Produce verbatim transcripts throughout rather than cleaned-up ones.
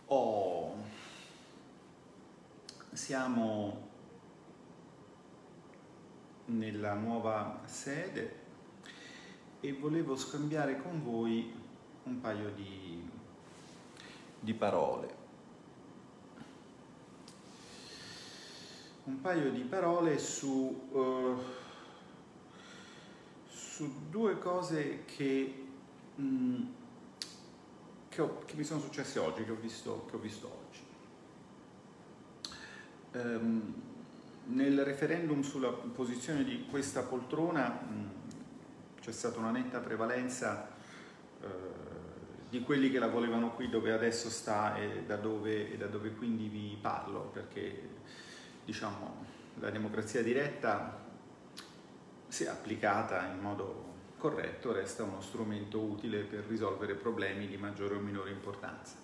Oh, siamo nella nuova sede e volevo scambiare con voi un paio di, di parole. Un paio di parole su, uh, su due cose che, mh, che, ho, che mi sono successe oggi, che ho visto, che ho visto oggi. Um, nel referendum sulla posizione di questa poltrona mh, c'è stata una netta prevalenza uh, di quelli che la volevano qui dove adesso sta e da dove, e da dove quindi vi parlo, perché diciamo la democrazia diretta, se applicata in modo corretto, resta uno strumento utile per risolvere problemi di maggiore o minore importanza.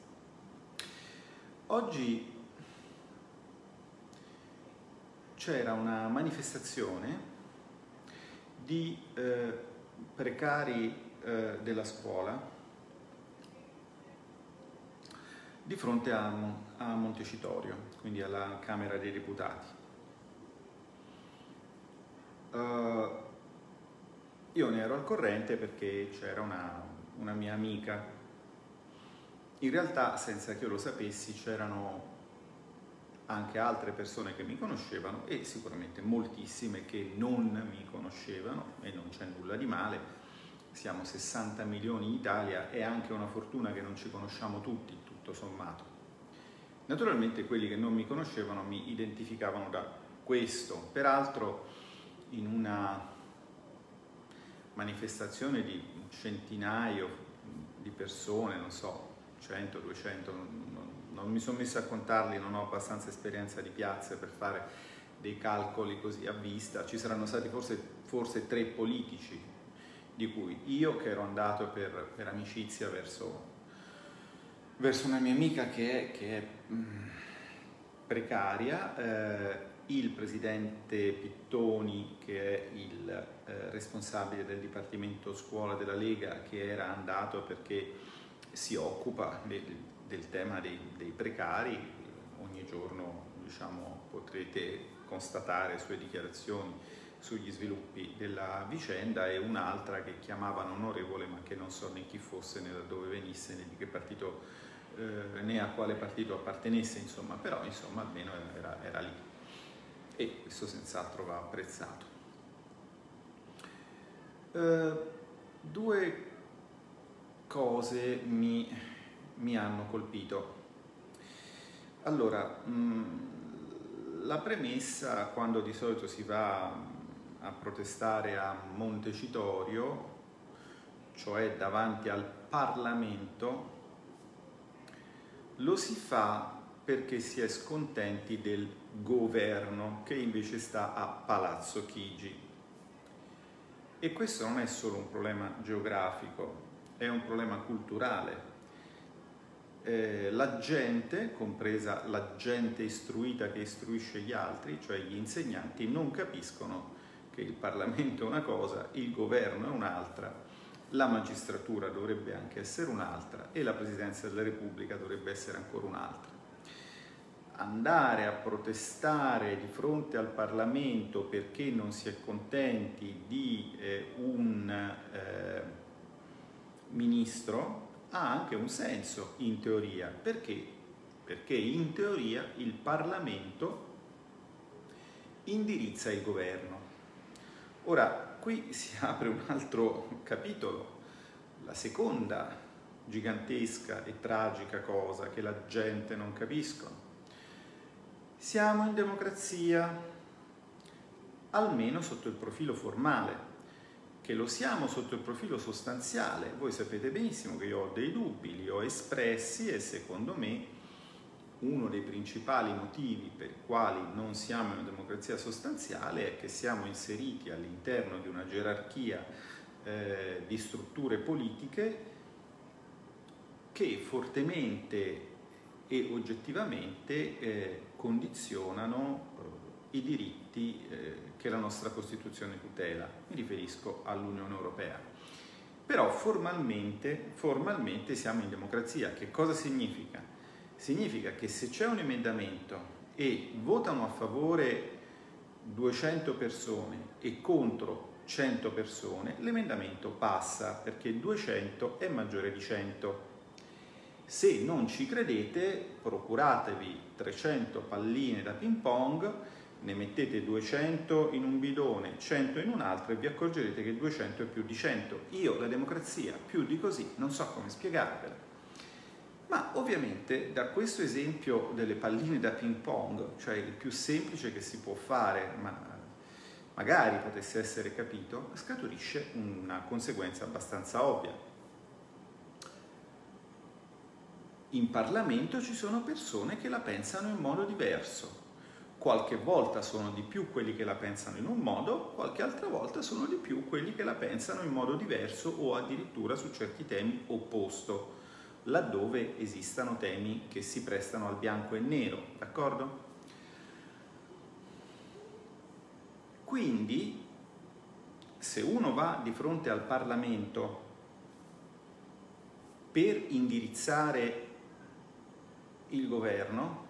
Oggi c'era una manifestazione di eh, precari eh, della scuola di fronte a, a Montecitorio, quindi alla Camera dei Deputati. Uh, io ne ero al corrente perché c'era una, una mia amica. In realtà, senza che io lo sapessi, c'erano anche altre persone che mi conoscevano e sicuramente moltissime che non mi conoscevano, e non c'è nulla di male. Siamo sessanta milioni in Italia, è anche una fortuna che non ci conosciamo tutti, tutto sommato. Naturalmente quelli che non mi conoscevano mi identificavano da questo. Peraltro in una manifestazione di un centinaio di persone, non so, cento, duecento, non, non mi sono messo a contarli, non ho abbastanza esperienza di piazze per fare dei calcoli così a vista. Ci saranno stati forse, forse tre politici, di cui io che ero andato per, per amicizia verso, verso una mia amica che è, che è mh, precaria, eh, il presidente Pittoni che è il eh, responsabile del Dipartimento Scuola della Lega, che era andato perché si occupa del, del tema dei, dei precari. Ogni giorno, diciamo, potrete constatare sue dichiarazioni sugli sviluppi della vicenda, e un'altra che chiamavano onorevole ma che non so né chi fosse né da dove venisse né di che partito eh, né a quale partito appartenesse, insomma, però insomma almeno era, era lì, e questo senz'altro va apprezzato. Uh, due cose mi, mi hanno colpito. Allora, mh, la premessa, quando di solito si va a protestare a Montecitorio, cioè davanti al Parlamento, lo si fa perché si è scontenti del governo che invece sta a Palazzo Chigi. E questo non è solo un problema geografico, è un problema culturale. Eh, la gente, compresa la gente istruita che istruisce gli altri, cioè gli insegnanti, non capiscono che il Parlamento è una cosa, il governo è un'altra, la magistratura dovrebbe anche essere un'altra e la Presidenza della Repubblica dovrebbe essere ancora un'altra. Andare a protestare di fronte al Parlamento perché non si è contenti di eh, un eh, ministro ha anche un senso in teoria. Perché? Perché in teoria il Parlamento indirizza il governo. Ora, qui si apre un altro capitolo, la seconda gigantesca e tragica cosa che la gente non capiscono. Siamo in democrazia, almeno sotto il profilo formale. Che lo siamo sotto il profilo sostanziale, voi sapete benissimo che io ho dei dubbi, li ho espressi, e secondo me uno dei principali motivi per i quali non siamo in una democrazia sostanziale è che siamo inseriti all'interno di una gerarchia eh, di strutture politiche che fortemente e oggettivamente eh, condizionano eh, i diritti eh, che la nostra Costituzione tutela. Mi riferisco all'Unione Europea. Però formalmente, formalmente siamo in democrazia. Che cosa significa? Significa che se c'è un emendamento e votano a favore duecento persone e contro cento persone, l'emendamento passa perché duecento è maggiore di cento. Se non ci credete, procuratevi trecento palline da ping pong, ne mettete duecento in un bidone, cento in un altro e vi accorgerete che duecento è più di cento. Io la democrazia più di così non so come spiegarvela. Ma ovviamente da questo esempio delle palline da ping pong, cioè il più semplice che si può fare, ma magari potesse essere capito, scaturisce una conseguenza abbastanza ovvia. In Parlamento ci sono persone che la pensano in modo diverso. Qualche volta sono di più quelli che la pensano in un modo, qualche altra volta sono di più quelli che la pensano in modo diverso o addirittura su certi temi opposto, laddove esistano temi che si prestano al bianco e nero, d'accordo? Quindi, se uno va di fronte al Parlamento per indirizzare il governo,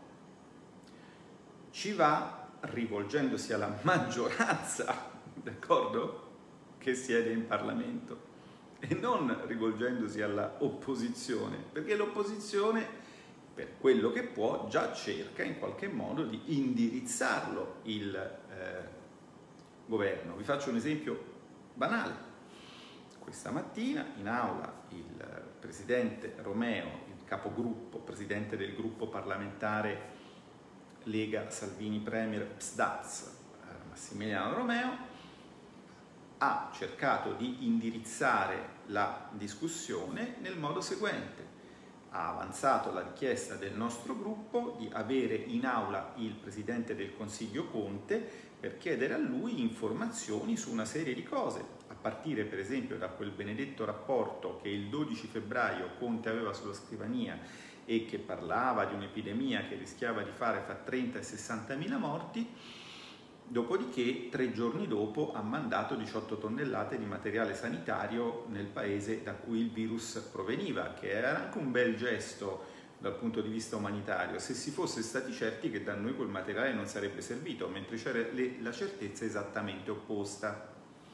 ci va rivolgendosi alla maggioranza, d'accordo? Che siede in Parlamento, e non rivolgendosi alla opposizione, perché l'opposizione, per quello che può, già cerca in qualche modo di indirizzarlo il eh, governo. Vi faccio un esempio banale. Questa mattina in aula il presidente Romeo, il capogruppo, presidente del gruppo parlamentare Lega Salvini Premier P S D A Z, Massimiliano Romeo, ha cercato di indirizzare la discussione nel modo seguente. Ha avanzato la richiesta del nostro gruppo di avere in aula il Presidente del Consiglio Conte per chiedere a lui informazioni su una serie di cose, a partire per esempio da quel benedetto rapporto che il dodici febbraio Conte aveva sulla scrivania e che parlava di un'epidemia che rischiava di fare fra trenta e sessantamila morti. Dopodiché, tre giorni dopo, ha mandato diciotto tonnellate di materiale sanitario nel paese da cui il virus proveniva, che era anche un bel gesto dal punto di vista umanitario, se si fosse stati certi che da noi quel materiale non sarebbe servito, mentre c'era la certezza esattamente opposta.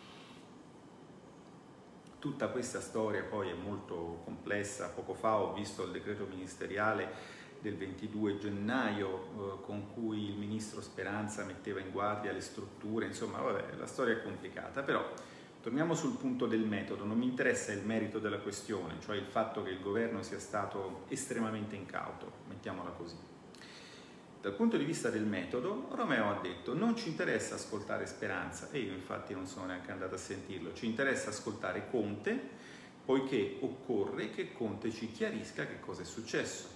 Tutta questa storia poi è molto complessa. Poco fa ho visto il decreto ministeriale del ventidue gennaio eh, con cui il ministro Speranza metteva in guardia le strutture, insomma vabbè, la storia è complicata, però torniamo sul punto del metodo. Non mi interessa il merito della questione, cioè il fatto che il governo sia stato estremamente incauto, mettiamola così. Dal punto di vista del metodo, Romeo ha detto: non ci interessa ascoltare Speranza, e io infatti non sono neanche andato a sentirlo, ci interessa ascoltare Conte, poiché occorre che Conte ci chiarisca che cosa è successo.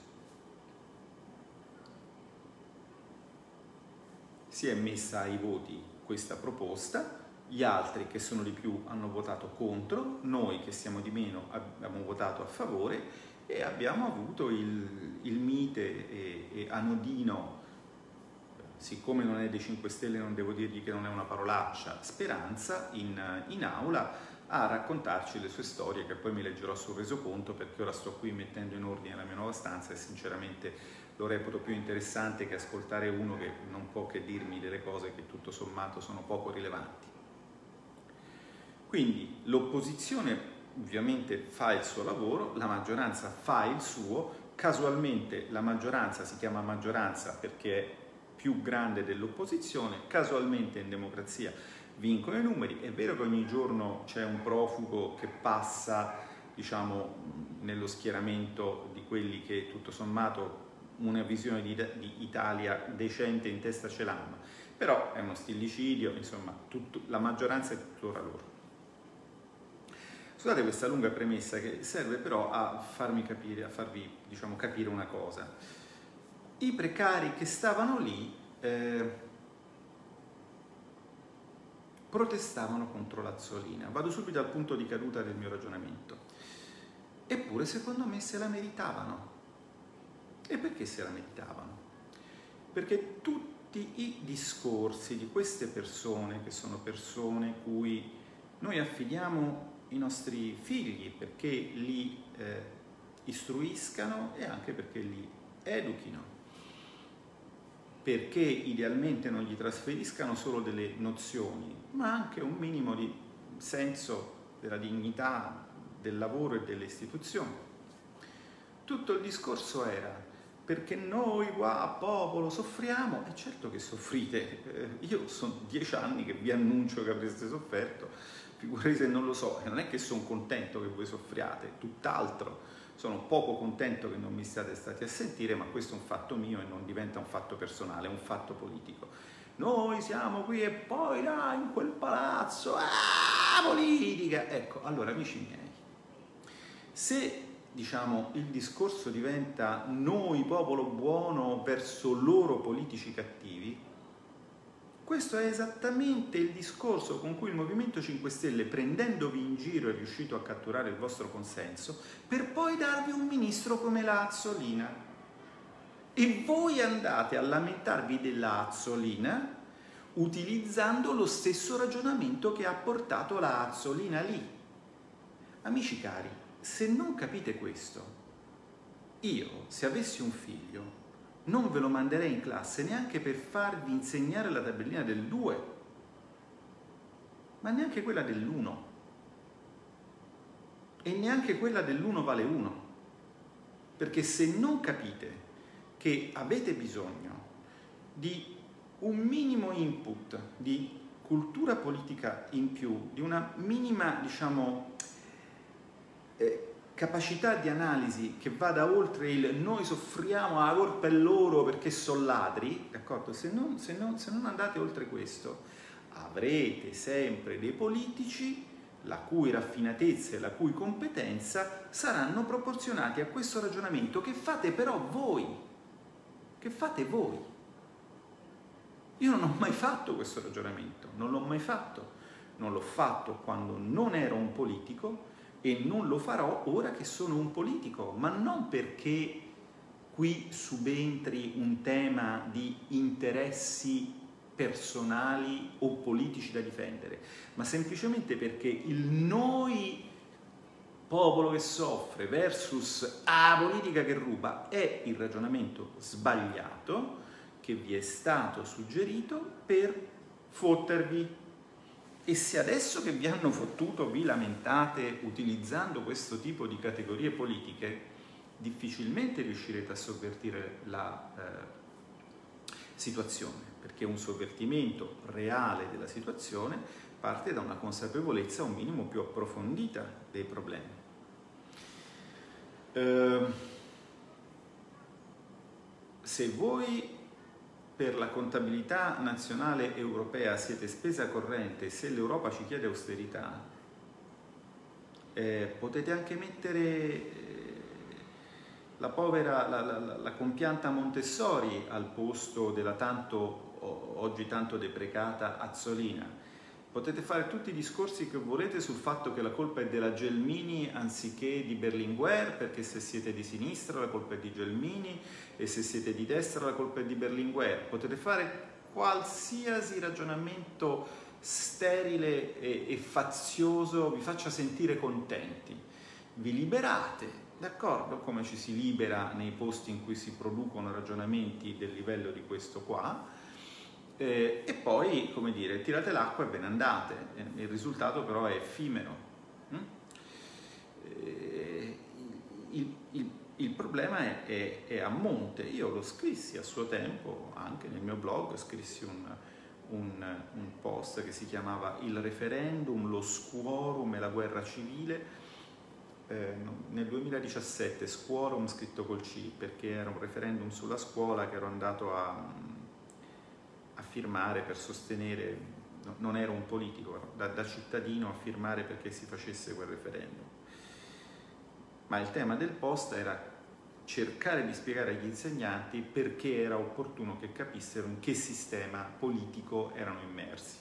Si è messa ai voti questa proposta, gli altri che sono di più hanno votato contro, noi che siamo di meno abbiamo votato a favore e abbiamo avuto il, il mite e, e anodino, siccome non è dei cinque Stelle non devo dirgli che non è una parolaccia, Speranza in, in aula a raccontarci le sue storie, che poi mi leggerò sul resoconto, perché ora sto qui mettendo in ordine la mia nuova stanza e sinceramente lo reputo più interessante che ascoltare uno che non può che dirmi delle cose che tutto sommato sono poco rilevanti. Quindi l'opposizione ovviamente fa il suo lavoro, la maggioranza fa il suo. Casualmente la maggioranza si chiama maggioranza perché è più grande dell'opposizione, casualmente in democrazia vincono i numeri. È vero che ogni giorno c'è un profugo che passa, diciamo, nello schieramento di quelli che tutto sommato una visione di, di Italia decente in testa ce l'hanno, però è uno stillicidio, insomma, tutto, la maggioranza è tuttora loro. Scusate questa lunga premessa che serve però a farmi capire, a farvi, diciamo, capire una cosa. I precari che stavano lì eh, protestavano contro l'Azzolina. Vado subito al punto di caduta del mio ragionamento. Eppure secondo me se la meritavano. E perché se la meritavano? Perché tutti i discorsi di queste persone, che sono persone cui noi affidiamo i nostri figli perché li eh, istruiscano e anche perché li educhino, perché idealmente non gli trasferiscano solo delle nozioni, ma anche un minimo di senso della dignità del lavoro e delle istituzioni. Tutto il discorso era perché noi qua, popolo, soffriamo, e certo che soffrite, eh, io sono dieci anni che vi annuncio che avreste sofferto, figurati se non lo so, e non è che sono contento che voi soffriate, tutt'altro. Sono poco contento che non mi siate stati a sentire, ma questo è un fatto mio e non diventa un fatto personale, è un fatto politico. Noi siamo qui e poi là in quel palazzo, ah, politica! Ecco, allora amici miei, se diciamo il discorso diventa noi popolo buono verso loro politici cattivi, questo è esattamente il discorso con cui il Movimento cinque Stelle, prendendovi in giro, è riuscito a catturare il vostro consenso, per poi darvi un ministro come la Azzolina. E voi andate a lamentarvi della Azzolina utilizzando lo stesso ragionamento che ha portato la Azzolina lì. Amici cari, se non capite questo, io, se avessi un figlio, non ve lo manderei in classe neanche per farvi insegnare la tabellina del due, ma neanche quella dell'uno. E neanche quella dell'uno vale uno. Perché se non capite che avete bisogno di un minimo input di cultura politica in più, di una minima, diciamo, eh, capacità di analisi che vada oltre il noi soffriamo, la colpa è loro perché sono ladri, d'accordo? Se non, se, non, se non andate oltre questo, avrete sempre dei politici la cui raffinatezza e la cui competenza saranno proporzionati a questo ragionamento che fate però voi, che fate voi. Io non ho mai fatto questo ragionamento, non l'ho mai fatto, non l'ho fatto quando non ero un politico, e non lo farò ora che sono un politico, ma non perché qui subentri un tema di interessi personali o politici da difendere, ma semplicemente perché il noi popolo che soffre versus la politica che ruba è il ragionamento sbagliato che vi è stato suggerito per fottervi. E se adesso che vi hanno fottuto vi lamentate utilizzando questo tipo di categorie politiche, difficilmente riuscirete a sovvertire la eh, situazione, perché un sovvertimento reale della situazione parte da una consapevolezza un minimo più approfondita dei problemi. Eh, se voi per la contabilità nazionale europea siete spesa corrente, se l'Europa ci chiede austerità, eh, potete anche mettere eh, la povera, la, la, la compianta Montessori al posto della tanto, oggi tanto deprecata Azzolina. Potete fare tutti i discorsi che volete sul fatto che la colpa è della Gelmini anziché di Berlinguer, perché se siete di sinistra la colpa è di Gelmini e se siete di destra la colpa è di Berlinguer. Potete fare qualsiasi ragionamento sterile e, e fazioso vi faccia sentire contenti. Vi liberate, d'accordo? Come ci si libera nei posti in cui si producono ragionamenti del livello di questo qua. Eh, e poi, come dire, tirate l'acqua e ve ne andate, il risultato però è effimero. Mm? Eh, il, il, il problema è, è, è a monte. Io lo scrissi a suo tempo, anche nel mio blog, scrissi un, un, un post che si chiamava Il referendum, lo squorum e la guerra civile, eh, nel duemiladiciassette, squorum scritto col C, perché era un referendum sulla scuola che ero andato a... a firmare per sostenere, no, non ero un politico, da, da cittadino a firmare perché si facesse quel referendum. Ma il tema del post era cercare di spiegare agli insegnanti perché era opportuno che capissero in che sistema politico erano immersi.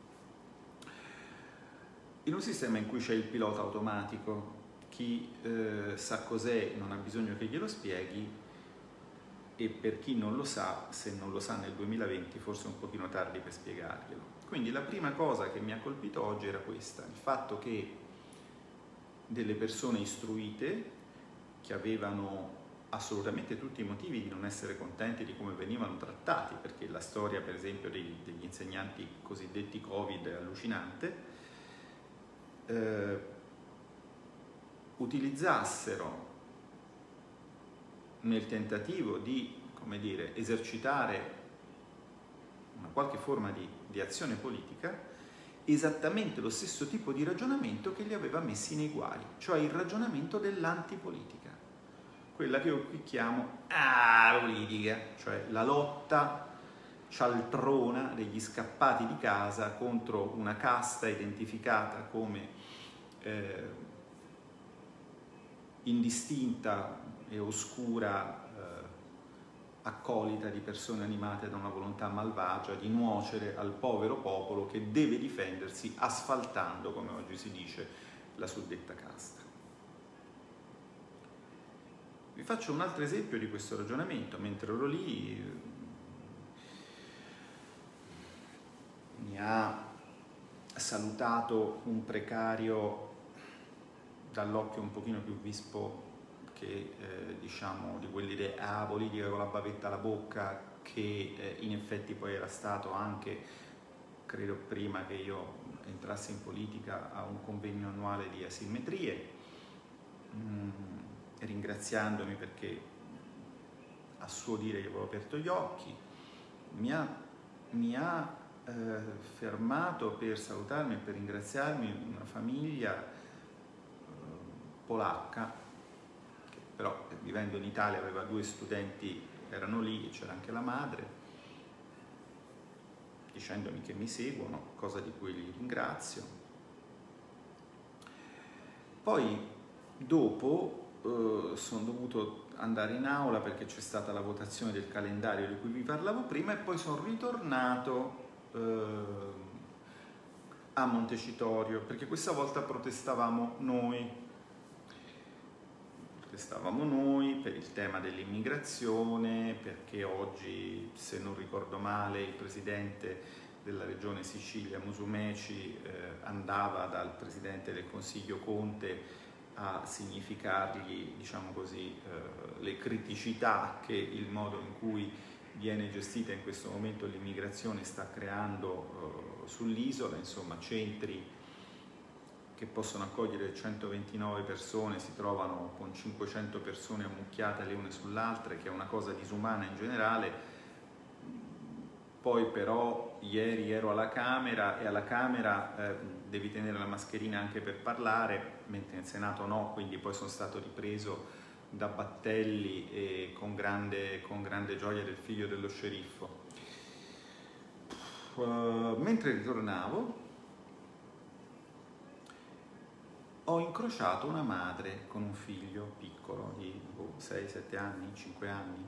In un sistema in cui c'è il pilota automatico, chi eh, sa cos'è non ha bisogno che glielo spieghi, e per chi non lo sa, se non lo sa nel duemilaventi, forse è un pochino tardi per spiegarglielo. Quindi la prima cosa che mi ha colpito oggi era questa, il fatto che delle persone istruite, che avevano assolutamente tutti i motivi di non essere contenti di come venivano trattati, perché la storia per esempio dei, degli insegnanti cosiddetti Covid è allucinante, eh, utilizzassero nel tentativo di, come dire, esercitare una qualche forma di, di azione politica esattamente lo stesso tipo di ragionamento che li aveva messi nei guai, cioè il ragionamento dell'antipolitica, quella che io qui chiamo ah, politica, cioè la lotta cialtrona degli scappati di casa contro una casta identificata come eh, indistinta e oscura accolita di persone animate da una volontà malvagia di nuocere al povero popolo che deve difendersi asfaltando, come oggi si dice, la suddetta casta. Vi faccio un altro esempio di questo ragionamento. Mentre ero lì mi ha salutato un precario dall'occhio un pochino più vispo che eh, diciamo di quelli di ah, politica con la bavetta alla bocca, che eh, in effetti poi era stato anche, credo prima che io entrassi in politica, a un convegno annuale di asimmetrie, mm, ringraziandomi perché a suo dire gli avevo aperto gli occhi. Mi ha, mi ha eh, fermato per salutarmi e per ringraziarmi una famiglia eh, polacca, però vivendo in Italia aveva due studenti, erano lì, c'era anche la madre, dicendomi che mi seguono, cosa di cui li ringrazio. Poi dopo eh, sono dovuto andare in aula perché c'è stata la votazione del calendario di cui vi parlavo prima, e poi sono ritornato eh, a Montecitorio, perché questa volta protestavamo noi. Stavamo noi per il tema dell'immigrazione, perché oggi, se non ricordo male, il presidente della regione Sicilia, Musumeci, eh, andava dal presidente del Consiglio Conte a significargli, diciamo così, eh, le criticità che il modo in cui viene gestita in questo momento l'immigrazione sta creando eh, sull'isola, insomma centri che possono accogliere centoventinove persone si trovano con cinquecento persone ammucchiate le une sull'altra, che è una cosa disumana in generale. Poi però ieri ero alla Camera e alla Camera eh, devi tenere la mascherina anche per parlare, mentre in Senato no, quindi poi sono stato ripreso da Battelli e con grande, con grande gioia del figlio dello sceriffo. Uh, mentre ritornavo ho incrociato una madre con un figlio piccolo di oh, sei sette anni, cinque anni,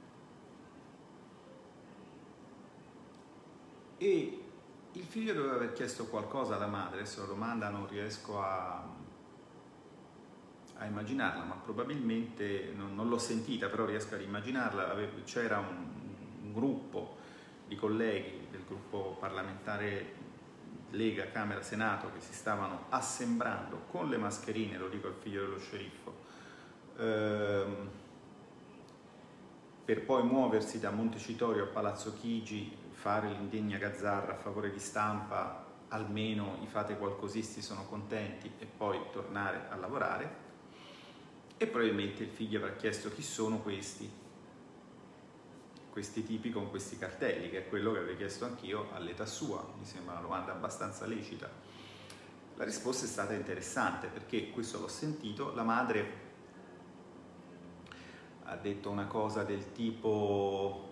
e il figlio doveva aver chiesto qualcosa alla madre. Adesso la domanda non riesco a, a immaginarla, ma probabilmente non, non l'ho sentita, però riesco ad immaginarla. C'era un, un gruppo di colleghi del gruppo parlamentare Lega, Camera, Senato, che si stavano assembrando con le mascherine, lo dico al figlio dello sceriffo, ehm, per poi muoversi da Montecitorio a Palazzo Chigi, fare l'indegna gazzarra a favore di Stampa, almeno i fate qualcosisti sono contenti, e poi tornare a lavorare. E probabilmente il figlio avrà chiesto: chi sono questi? questi tipi con questi cartelli, che è quello che avevo chiesto anch'io all'età sua. Mi sembra una domanda abbastanza lecita. La risposta è stata interessante, perché questo l'ho sentito, la madre ha detto una cosa del tipo: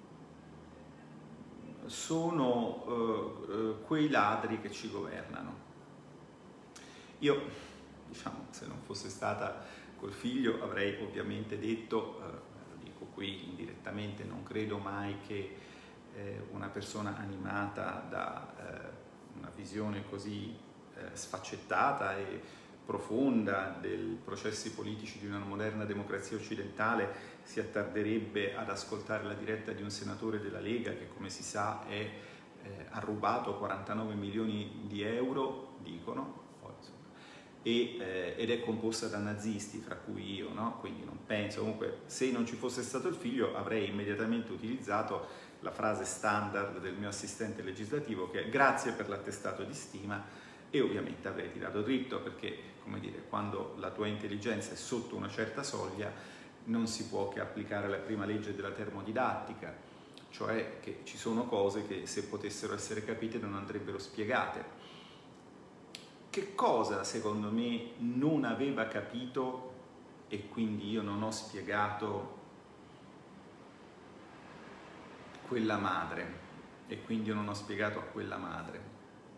sono uh, uh, quei ladri che ci governano. Io, diciamo, se non fosse stata col figlio avrei ovviamente detto, uh, qui indirettamente, non credo mai che eh, una persona animata da eh, una visione così eh, sfaccettata e profonda dei processi politici di una moderna democrazia occidentale si attarderebbe ad ascoltare la diretta di un senatore della Lega che, come si sa, è, eh, ha rubato quarantanove milioni di euro, dicono, poi, insomma, e, eh, ed è composta da nazisti, fra cui io, no? Quindi non penso, comunque se non ci fosse stato il figlio avrei immediatamente utilizzato la frase standard del mio assistente legislativo, che è grazie per l'attestato di stima, e ovviamente avrei tirato dritto, perché, come dire, quando la tua intelligenza è sotto una certa soglia non si può che applicare la prima legge della termodidattica, cioè che ci sono cose che se potessero essere capite non andrebbero spiegate. Che cosa secondo me non aveva capito e quindi io non ho spiegato quella madre e quindi io non ho spiegato a quella madre?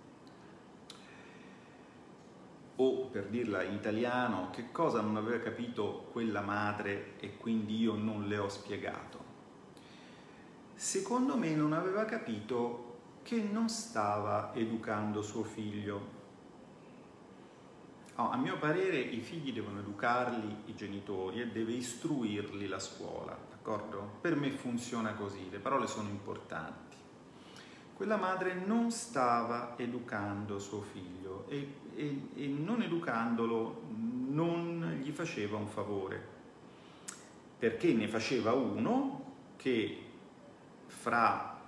O, per dirla in italiano, che cosa non aveva capito quella madre e quindi io non le ho spiegato? Secondo me non aveva capito che non stava educando suo figlio. Oh, a mio parere i figli devono educarli i genitori e deve istruirli la scuola, d'accordo? Per me funziona così, le parole sono importanti. Quella madre non stava educando suo figlio e, e, e non educandolo non gli faceva un favore, perché ne faceva uno che fra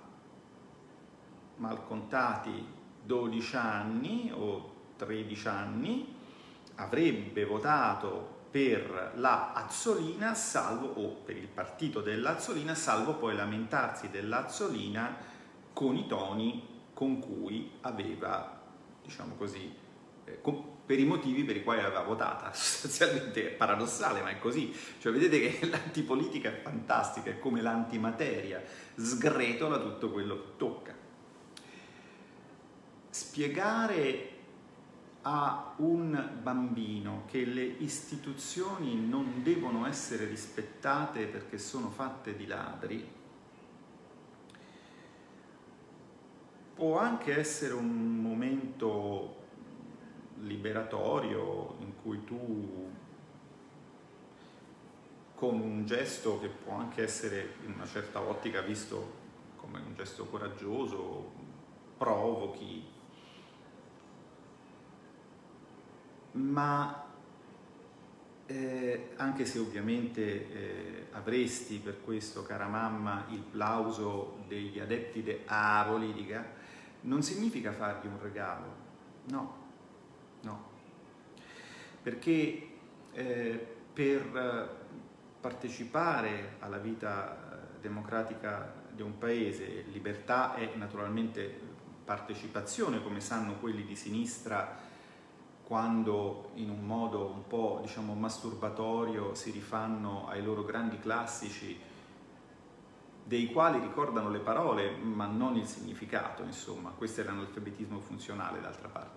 malcontati dodici anni o tredici anni avrebbe votato per la Azzolina salvo, o per il partito dell'Azzolina, salvo poi lamentarsi dell'Azzolina con i toni con cui aveva, diciamo così, eh, con, per i motivi per i quali aveva votata. Sostanzialmente è paradossale, ma è così. Cioè vedete che l'antipolitica è fantastica, è come l'antimateria, sgretola tutto quello che tocca. Spiegare a un bambino che le istituzioni non devono essere rispettate perché sono fatte di ladri può anche essere un momento liberatorio in cui tu, con un gesto che può anche essere in una certa ottica visto come un gesto coraggioso, provochi, ma eh, anche se ovviamente eh, avresti per questo, cara mamma, il plauso degli adepti della politica, non significa fargli un regalo, no, no, perché eh, per partecipare alla vita democratica di un paese, libertà è naturalmente partecipazione, come sanno quelli di sinistra quando in un modo un po', diciamo, masturbatorio si rifanno ai loro grandi classici, dei quali ricordano le parole ma non il significato, insomma, questo è l'analfabetismo funzionale d'altra parte.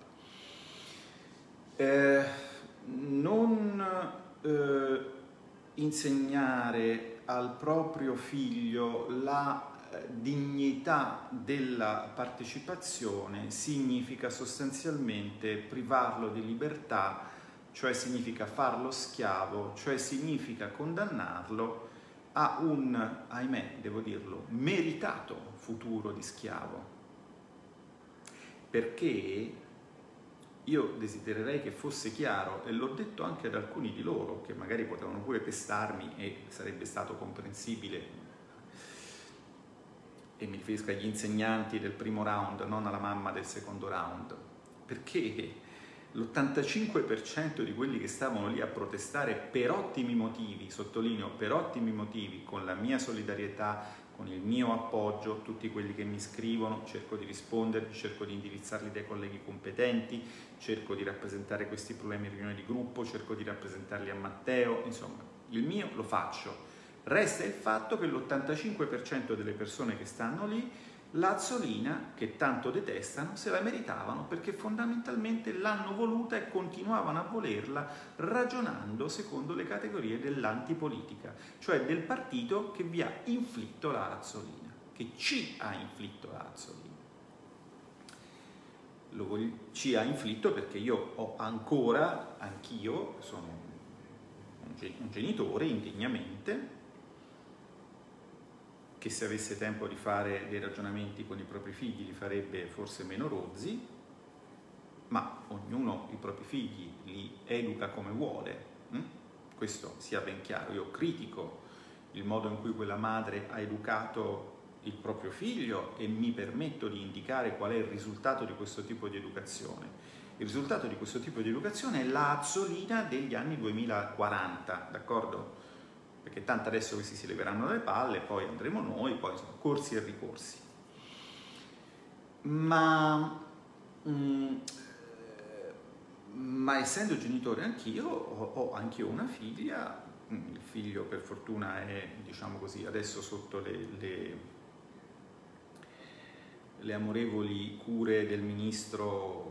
Eh, non eh, insegnare al proprio figlio la dignità della partecipazione significa sostanzialmente privarlo di libertà, cioè significa farlo schiavo, cioè significa condannarlo a un, ahimè, devo dirlo, meritato futuro di schiavo. Perché io desidererei che fosse chiaro, e l'ho detto anche ad alcuni di loro, che magari potevano pure testarmi e sarebbe stato comprensibile, e mi riferisco agli insegnanti del primo round, non alla mamma del secondo round, perché l'ottantacinque per cento di quelli che stavano lì a protestare per ottimi motivi, sottolineo per ottimi motivi, con la mia solidarietà, con il mio appoggio, tutti quelli che mi scrivono, cerco di risponderli, cerco di indirizzarli dai colleghi competenti, cerco di rappresentare questi problemi in riunione di gruppo, cerco di rappresentarli a Matteo, insomma, il mio lo faccio. Resta il fatto che l'ottantacinque per cento delle persone che stanno lì, l'Azzolina, che tanto detestano, se la meritavano perché fondamentalmente l'hanno voluta e continuavano a volerla ragionando secondo le categorie dell'antipolitica, cioè del partito che vi ha inflitto la Azzolina, che ci ha inflitto la Azzolina. Lo ci ha inflitto perché io ho ancora, anch'io, sono un genitore indegnamente, che se avesse tempo di fare dei ragionamenti con i propri figli li farebbe forse meno rozzi, ma ognuno i propri figli li educa come vuole, hm? Questo sia ben chiaro. Io critico il modo in cui quella madre ha educato il proprio figlio e mi permetto di indicare qual è il risultato di questo tipo di educazione. Il risultato di questo tipo di educazione è la Azzolina degli anni duemilaquaranta, d'accordo? Perché tanto adesso questi si leveranno le palle, poi andremo noi, poi sono corsi e ricorsi. Ma, mm, ma essendo genitore anch'io, ho, ho anch'io una figlia, il figlio per fortuna è, diciamo così, adesso sotto le, le, le amorevoli cure del ministro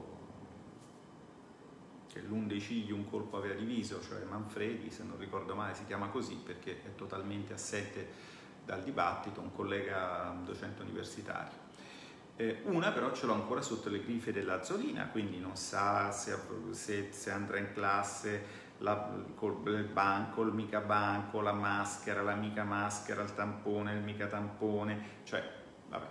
che l'un dei cigli un colpo aveva diviso, cioè Manfredi, se non ricordo male si chiama così perché è totalmente assente dal dibattito, un collega docente universitario. Eh, una però ce l'ho ancora sotto le griffe dell'Azzolina, quindi non sa se, se, se andrà in classe la, col il banco, il mica banco, la maschera, la mica maschera, il tampone, il mica tampone, cioè vabbè.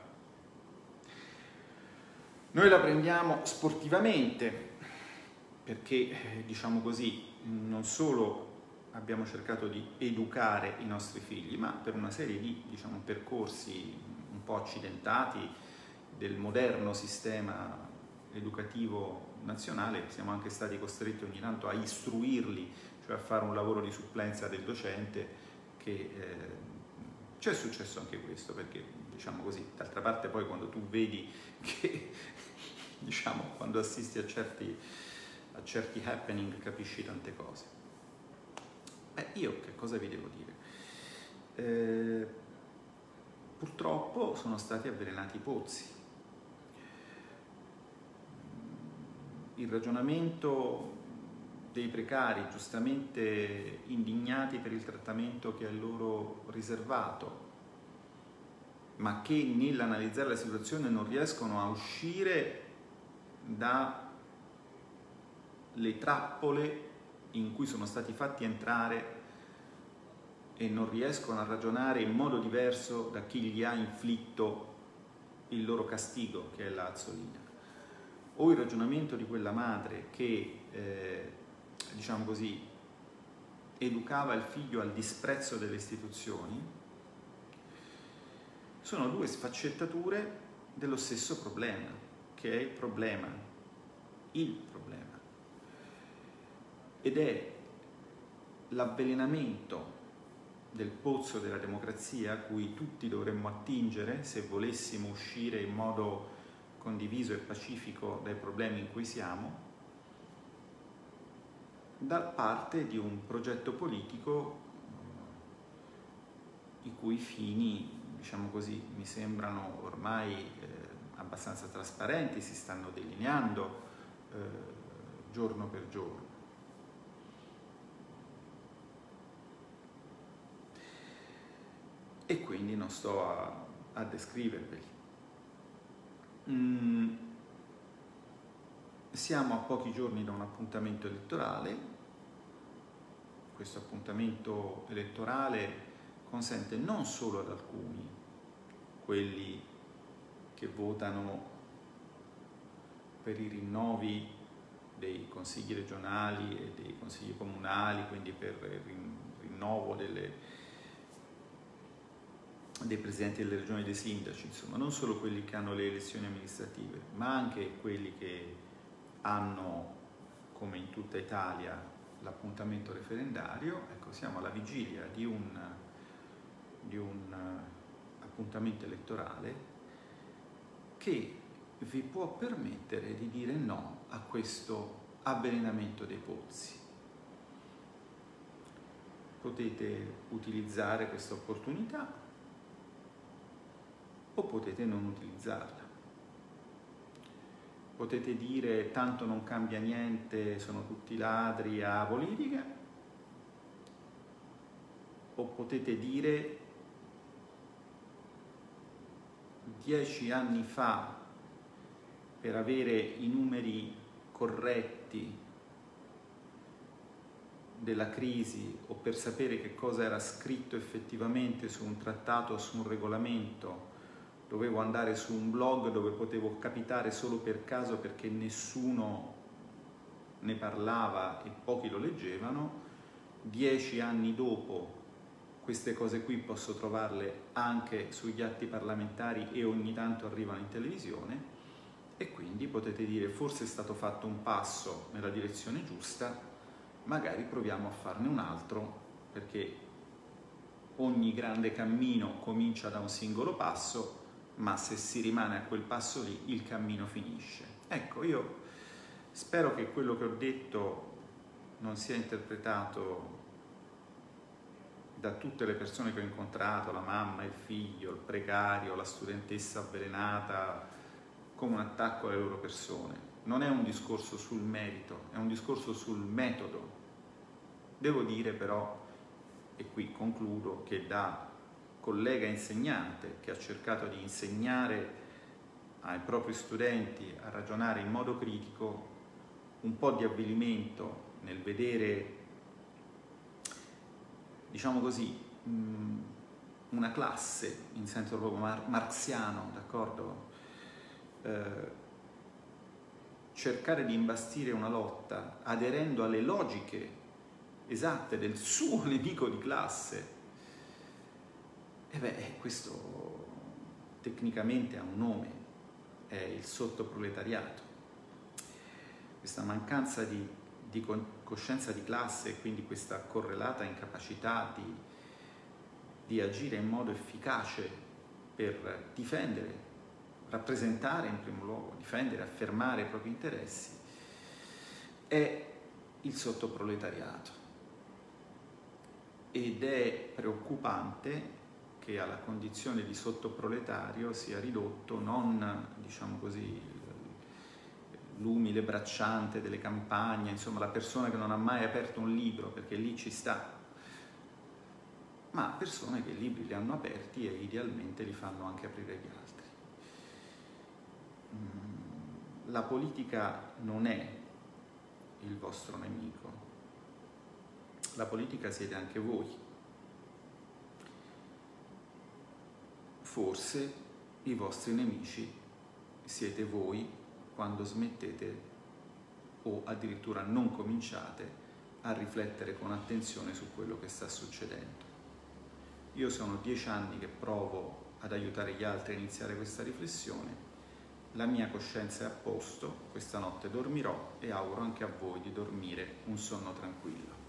Noi la prendiamo sportivamente perché, diciamo così, non solo abbiamo cercato di educare i nostri figli, ma per una serie di, diciamo, percorsi un po' accidentati del moderno sistema educativo nazionale, siamo anche stati costretti ogni tanto a istruirli, cioè a fare un lavoro di supplenza del docente, che eh, c'è successo anche questo, perché, diciamo così, d'altra parte poi quando tu vedi che, diciamo, quando assisti a certi, a certi happening capisci tante cose. Beh, io che cosa vi devo dire? Eh, purtroppo sono stati avvelenati i pozzi. Il ragionamento dei precari, giustamente indignati per il trattamento che è loro riservato, ma che nell'analizzare la situazione non riescono a uscire dalle trappole in cui sono stati fatti entrare e non riescono a ragionare in modo diverso da chi gli ha inflitto il loro castigo, che è la Azzolina. O il ragionamento di quella madre che, eh, diciamo così, educava il figlio al disprezzo delle istituzioni, sono due sfaccettature dello stesso problema, che è il problema, il problema, ed è l'avvelenamento del pozzo della democrazia a cui tutti dovremmo attingere se volessimo uscire in modo condiviso e pacifico dai problemi in cui siamo, da parte di un progetto politico i cui fini, diciamo così, mi sembrano ormai eh, abbastanza trasparenti, si stanno delineando eh, giorno per giorno. E quindi non sto a, a descriverveli. Mm, siamo a pochi giorni da un appuntamento elettorale. Questo appuntamento elettorale consente non solo ad alcuni, quelli che votano per i rinnovi dei consigli regionali e dei consigli comunali, quindi per il rinnovo delle dei presidenti delle regioni e dei sindaci, insomma, non solo quelli che hanno le elezioni amministrative, ma anche quelli che hanno, come in tutta Italia, l'appuntamento referendario. Ecco, siamo alla vigilia di un, di un appuntamento elettorale che vi può permettere di dire no a questo avvelenamento dei pozzi. Potete utilizzare questa opportunità o potete non utilizzarla. Potete dire tanto non cambia niente, sono tutti ladri a politica, o potete dire dieci anni fa, per avere i numeri corretti della crisi o per sapere che cosa era scritto effettivamente su un trattato o su un regolamento, dovevo andare su un blog dove potevo capitare solo per caso perché nessuno ne parlava e pochi lo leggevano. Dieci anni dopo queste cose qui posso trovarle anche sugli atti parlamentari e ogni tanto arrivano in televisione, e quindi potete dire forse è stato fatto un passo nella direzione giusta, magari proviamo a farne un altro, perché ogni grande cammino comincia da un singolo passo, ma se si rimane a quel passo lì il cammino finisce. Ecco, io spero che quello che ho detto non sia interpretato da tutte le persone che ho incontrato, la mamma, il figlio, il precario, la studentessa avvelenata, come un attacco alle loro persone. Non è un discorso sul merito, è un discorso sul metodo. Devo dire però, e qui concludo, che da collega insegnante che ha cercato di insegnare ai propri studenti a ragionare in modo critico, un po' di avvilimento nel vedere, diciamo così, una classe in senso proprio mar- marxiano, d'accordo? Eh, cercare di imbastire una lotta aderendo alle logiche esatte del suo nemico di classe, e beh, questo tecnicamente ha un nome, è il sottoproletariato. Questa mancanza di, di coscienza di classe e quindi questa correlata incapacità di, di agire in modo efficace per difendere, rappresentare in primo luogo, difendere, affermare i propri interessi, è il sottoproletariato. Ed è preoccupante che alla condizione di sottoproletario sia ridotto non, diciamo così, l'umile bracciante delle campagne, insomma la persona che non ha mai aperto un libro, perché lì ci sta, ma persone che i libri li hanno aperti e idealmente li fanno anche aprire agli altri. La politica non è il vostro nemico, la politica siete anche voi. Forse i vostri nemici siete voi quando smettete o addirittura non cominciate a riflettere con attenzione su quello che sta succedendo. Io sono dieci anni che provo ad aiutare gli altri a iniziare questa riflessione, la mia coscienza è a posto, questa notte dormirò e auguro anche a voi di dormire un sonno tranquillo.